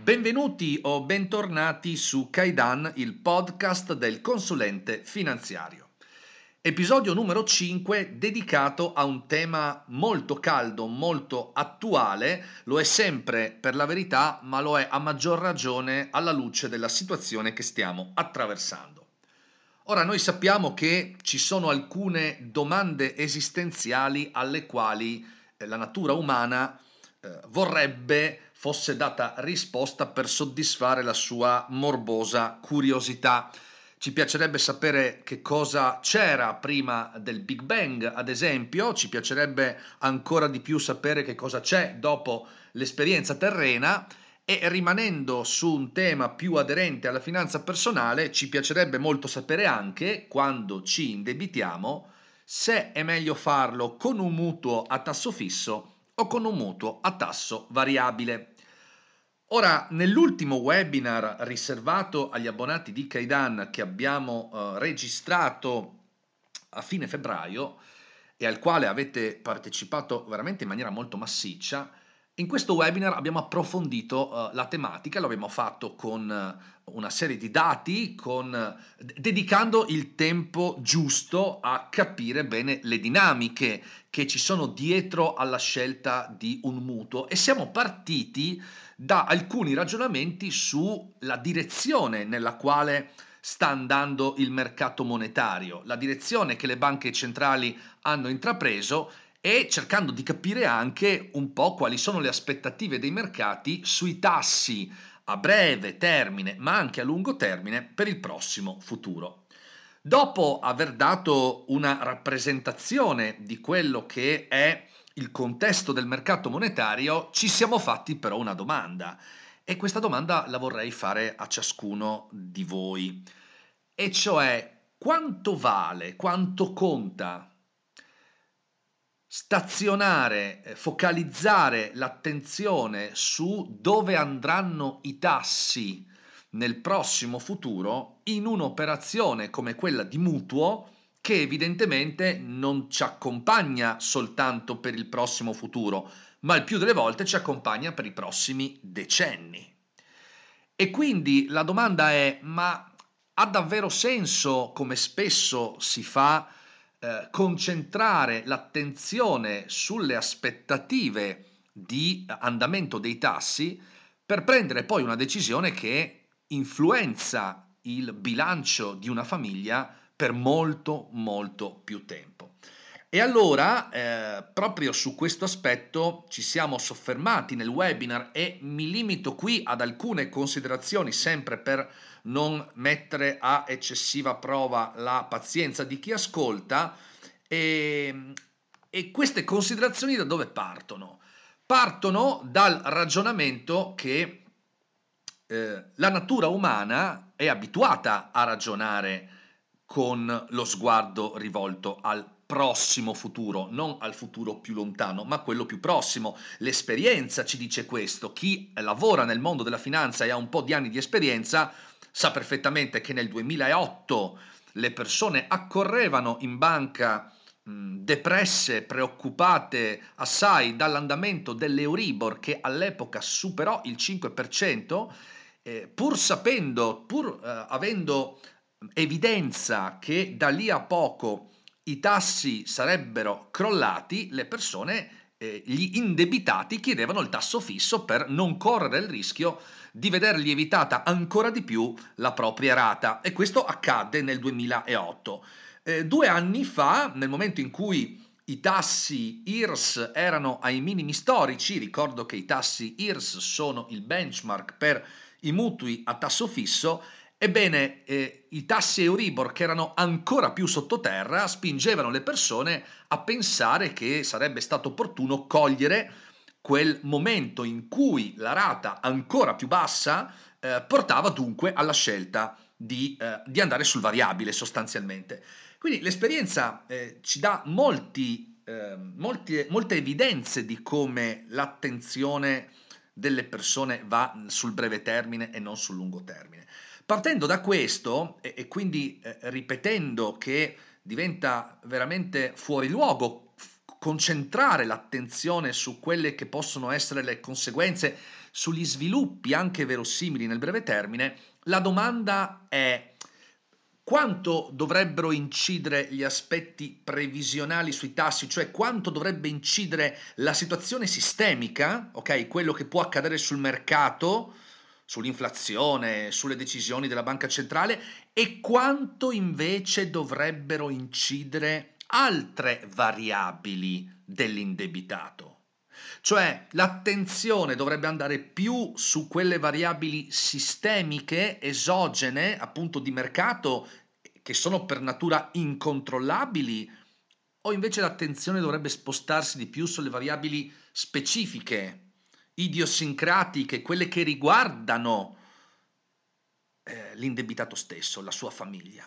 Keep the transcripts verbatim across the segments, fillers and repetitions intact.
Benvenuti o bentornati su Kaidan, il podcast del consulente finanziario. Episodio numero cinque dedicato a un tema molto caldo, molto attuale, lo è sempre per la verità, ma lo è a maggior ragione alla luce della situazione che stiamo attraversando. Ora, noi sappiamo che ci sono alcune domande esistenziali alle quali eh, la natura umana eh, vorrebbe fosse data risposta per soddisfare la sua morbosa curiosità. Ci piacerebbe sapere che cosa c'era prima del Big Bang, ad esempio, ci piacerebbe ancora di più sapere che cosa c'è dopo l'esperienza terrena. E rimanendo su un tema più aderente alla finanza personale, ci piacerebbe molto sapere anche, quando ci indebitiamo, se è meglio farlo con un mutuo a tasso fisso o con un mutuo a tasso variabile. Ora, nell'ultimo webinar riservato agli abbonati di Kaidan che abbiamo eh, registrato a fine febbraio e al quale avete partecipato veramente in maniera molto massiccia, in questo webinar abbiamo approfondito uh, la tematica, lo abbiamo fatto con uh, una serie di dati, con, uh, d- dedicando il tempo giusto a capire bene le dinamiche che ci sono dietro alla scelta di un mutuo, e siamo partiti da alcuni ragionamenti sulla direzione nella quale sta andando il mercato monetario, la direzione che le banche centrali hanno intrapreso, e cercando di capire anche un po' quali sono le aspettative dei mercati sui tassi a breve termine, ma anche a lungo termine per il prossimo futuro. Dopo aver dato una rappresentazione di quello che è il contesto del mercato monetario, ci siamo fatti però una domanda, e questa domanda la vorrei fare a ciascuno di voi, e cioè: quanto vale, quanto conta stazionare, eh, focalizzare l'attenzione su dove andranno i tassi nel prossimo futuro in un'operazione come quella di mutuo, che evidentemente non ci accompagna soltanto per il prossimo futuro, ma il più delle volte ci accompagna per i prossimi decenni. E quindi la domanda è: ma ha davvero senso, come spesso si fa, eh, concentrare l'attenzione sulle aspettative di andamento dei tassi per prendere poi una decisione che influenza il bilancio di una famiglia per molto molto più tempo? E allora, eh, proprio su questo aspetto ci siamo soffermati nel webinar, e mi limito qui ad alcune considerazioni, sempre per non mettere a eccessiva prova la pazienza di chi ascolta. E, e queste considerazioni da dove partono? Partono dal ragionamento che eh, la natura umana è abituata a ragionare con lo sguardo rivolto al prossimo futuro, non al futuro più lontano, ma quello più prossimo. L'esperienza ci dice questo. Chi lavora nel mondo della finanza e ha un po' di anni di esperienza sa perfettamente che nel duemilaotto le persone accorrevano in banca mh, depresse, preoccupate assai dall'andamento dell'Euribor, che all'epoca superò il cinque per cento, eh, pur sapendo, pur eh, avendo evidenza che da lì a poco i tassi sarebbero crollati, le persone, eh, gli indebitati, chiedevano il tasso fisso per non correre il rischio di veder lievitata ancora di più la propria rata. E questo accadde nel duemilaotto. Eh, due anni fa, nel momento in cui i tassi I R S erano ai minimi storici, ricordo che i tassi I R S sono il benchmark per i mutui a tasso fisso, ebbene eh, i tassi Euribor, che erano ancora più sottoterra, spingevano le persone a pensare che sarebbe stato opportuno cogliere quel momento in cui la rata ancora più bassa eh, portava dunque alla scelta di, eh, di andare sul variabile sostanzialmente. Quindi l'esperienza eh, ci dà molti, eh, molti, molte evidenze di come l'attenzione delle persone va sul breve termine e non sul lungo termine. Partendo da questo, e, e quindi eh, ripetendo che diventa veramente fuori luogo concentrare l'attenzione su quelle che possono essere le conseguenze, sugli sviluppi anche verosimili nel breve termine, la domanda è: quanto dovrebbero incidere gli aspetti previsionali sui tassi, cioè quanto dovrebbe incidere la situazione sistemica, ok? Quello che può accadere sul mercato, sull'inflazione, sulle decisioni della banca centrale, e quanto invece dovrebbero incidere altre variabili dell'indebitato. Cioè l'attenzione dovrebbe andare più su quelle variabili sistemiche, esogene, appunto di mercato, che sono per natura incontrollabili, o invece l'attenzione dovrebbe spostarsi di più sulle variabili specifiche, idiosincratiche, quelle che riguardano eh, l'indebitato stesso, la sua famiglia.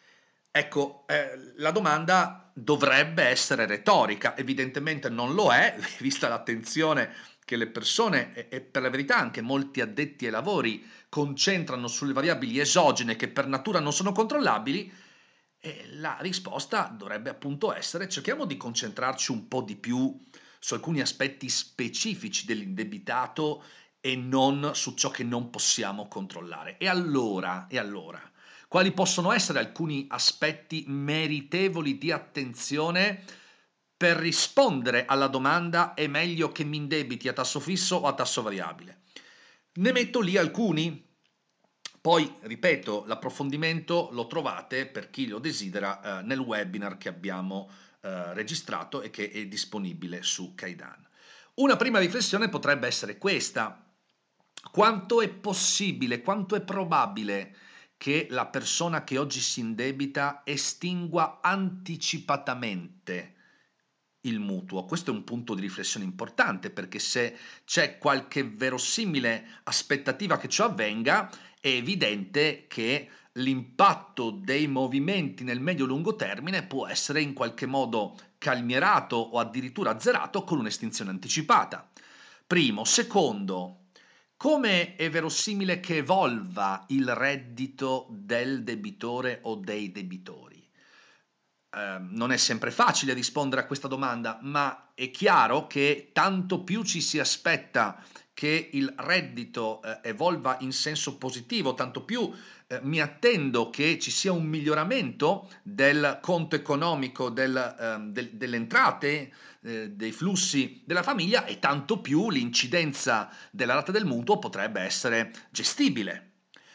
Ecco, eh, la domanda dovrebbe essere retorica, evidentemente non lo è, vista l'attenzione che le persone e, e per la verità anche molti addetti ai lavori concentrano sulle variabili esogene che per natura non sono controllabili. E la risposta dovrebbe appunto essere: cerchiamo di concentrarci un po' di più su alcuni aspetti specifici dell'indebitato e non su ciò che non possiamo controllare. E allora, e allora, quali possono essere alcuni aspetti meritevoli di attenzione per rispondere alla domanda: è meglio che mi indebiti a tasso fisso o a tasso variabile? Ne metto lì alcuni. Poi, ripeto, l'approfondimento lo trovate, per chi lo desidera, eh, nel webinar che abbiamo eh, registrato e che è disponibile su Kaidan. Una prima riflessione potrebbe essere questa: quanto è possibile, quanto è probabile che la persona che oggi si indebita estingua anticipatamente il mutuo? Questo è un punto di riflessione importante, perché se c'è qualche verosimile aspettativa che ciò avvenga, è evidente che l'impatto dei movimenti nel medio-lungo termine può essere in qualche modo calmierato o addirittura azzerato con un'estinzione anticipata. Primo. Secondo, come è verosimile che evolva il reddito del debitore o dei debitori? Eh, non è sempre facile rispondere a questa domanda, ma è chiaro che tanto più ci si aspetta che il reddito eh, evolva in senso positivo, tanto più eh, mi attendo che ci sia un miglioramento del conto economico, del, ehm, del, delle entrate, eh, dei flussi della famiglia, e tanto più l'incidenza della rata del mutuo potrebbe essere gestibile.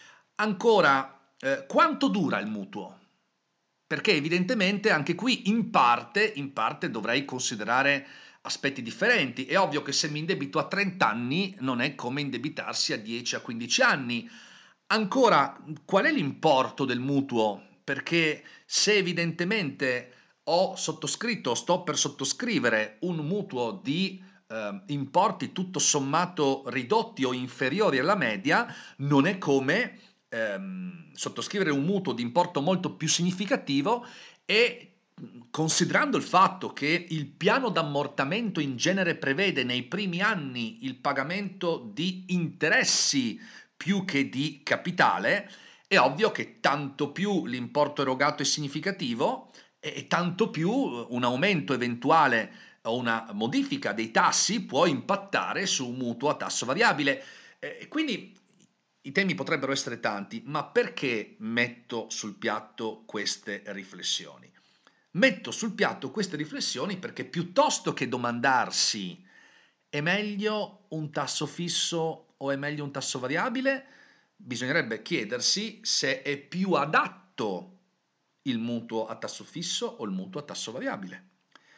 Ancora, eh, quanto dura il mutuo? Perché evidentemente anche qui in parte, in parte dovrei considerare aspetti differenti. È ovvio che se mi indebito a trenta anni non è come indebitarsi a dieci a quindici anni. Ancora, qual è l'importo del mutuo? Perché se evidentemente ho sottoscritto, sto per sottoscrivere un mutuo di eh, importi tutto sommato ridotti o inferiori alla media, non è come ehm, sottoscrivere un mutuo di importo molto più significativo e, considerando il fatto che il piano d'ammortamento in genere prevede nei primi anni il pagamento di interessi più che di capitale, è ovvio che tanto più l'importo erogato è significativo e tanto più un aumento eventuale o una modifica dei tassi può impattare su un mutuo a tasso variabile. E quindi i temi potrebbero essere tanti, ma perché metto sul piatto queste riflessioni? Metto sul piatto queste riflessioni perché, piuttosto che domandarsi è meglio un tasso fisso o è meglio un tasso variabile, bisognerebbe chiedersi se è più adatto il mutuo a tasso fisso o il mutuo a tasso variabile.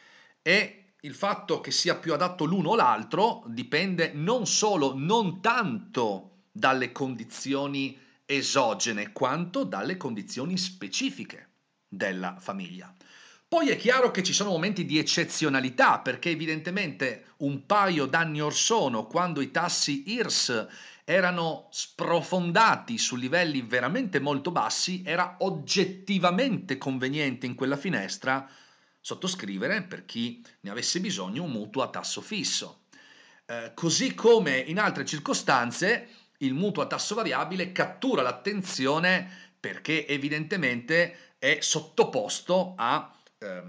E il fatto che sia più adatto l'uno o l'altro dipende non solo, non tanto dalle condizioni esogene, quanto dalle condizioni specifiche della famiglia. Poi è chiaro che ci sono momenti di eccezionalità, perché evidentemente un paio d'anni or sono, quando i tassi I R S erano sprofondati su livelli veramente molto bassi, era oggettivamente conveniente in quella finestra sottoscrivere, per chi ne avesse bisogno, un mutuo a tasso fisso. Eh, così come in altre circostanze il mutuo a tasso variabile cattura l'attenzione perché evidentemente è sottoposto a ehm,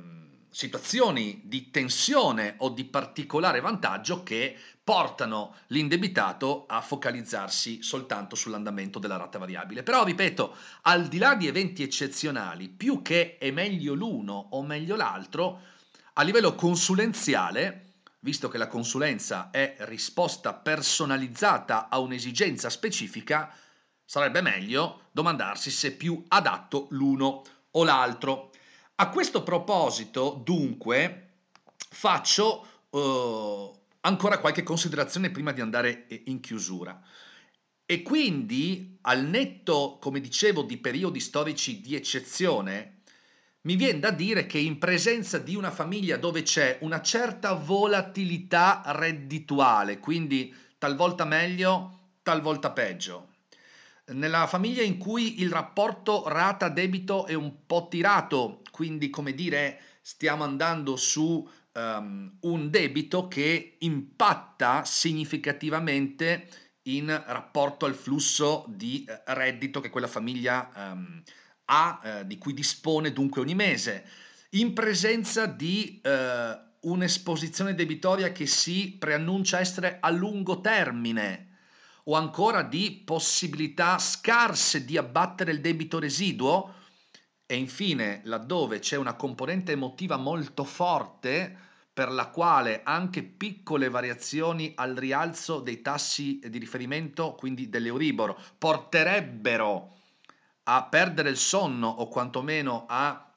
situazioni di tensione o di particolare vantaggio che portano l'indebitato a focalizzarsi soltanto sull'andamento della rata variabile. Però ripeto, al di là di eventi eccezionali, più che è meglio l'uno o meglio l'altro, a livello consulenziale, visto che la consulenza è risposta personalizzata a un'esigenza specifica, sarebbe meglio domandarsi se è più adatto l'uno o l'altro. A questo proposito, dunque, faccio eh, ancora qualche considerazione prima di andare eh, in chiusura. E quindi, al netto, come dicevo, di periodi storici di eccezione, mi viene da dire che in presenza di una famiglia dove c'è una certa volatilità reddituale, quindi talvolta meglio, talvolta peggio, nella famiglia in cui il rapporto rata-debito è un po' tirato, quindi come dire stiamo andando su um, un debito che impatta significativamente in rapporto al flusso di eh, reddito che quella famiglia um, ha, eh, di cui dispone dunque ogni mese, in presenza di eh, un'esposizione debitoria che si preannuncia essere a lungo termine o ancora di possibilità scarse di abbattere il debito residuo e infine laddove c'è una componente emotiva molto forte per la quale anche piccole variazioni al rialzo dei tassi di riferimento, quindi dell'Euribor, porterebbero a perdere il sonno o quantomeno a,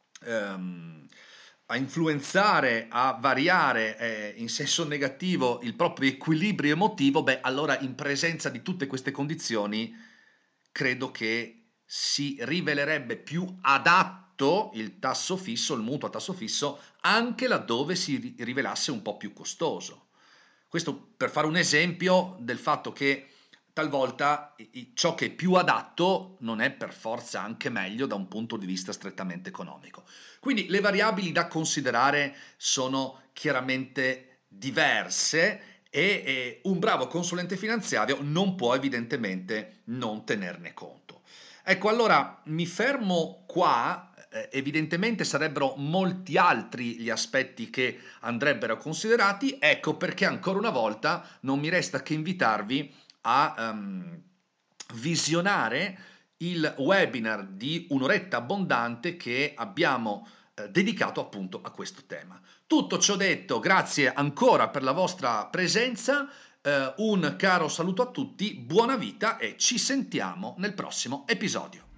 ehm, a influenzare, a variare eh, in senso negativo il proprio equilibrio emotivo, beh, allora in presenza di tutte queste condizioni credo che si rivelerebbe più adatto il tasso fisso, il mutuo a tasso fisso, anche laddove si rivelasse un po' più costoso. Questo per fare un esempio del fatto che talvolta ciò che è più adatto non è per forza anche meglio da un punto di vista strettamente economico. Quindi le variabili da considerare sono chiaramente diverse e, e un bravo consulente finanziario non può evidentemente non tenerne conto. Ecco, allora mi fermo qua. Eh, evidentemente sarebbero molti altri gli aspetti che andrebbero considerati, ecco perché ancora una volta non mi resta che invitarvi a um, visionare il webinar di un'oretta abbondante che abbiamo eh, dedicato appunto a questo tema. Tutto ciò detto, grazie ancora per la vostra presenza, eh, un caro saluto a tutti, buona vita e ci sentiamo nel prossimo episodio.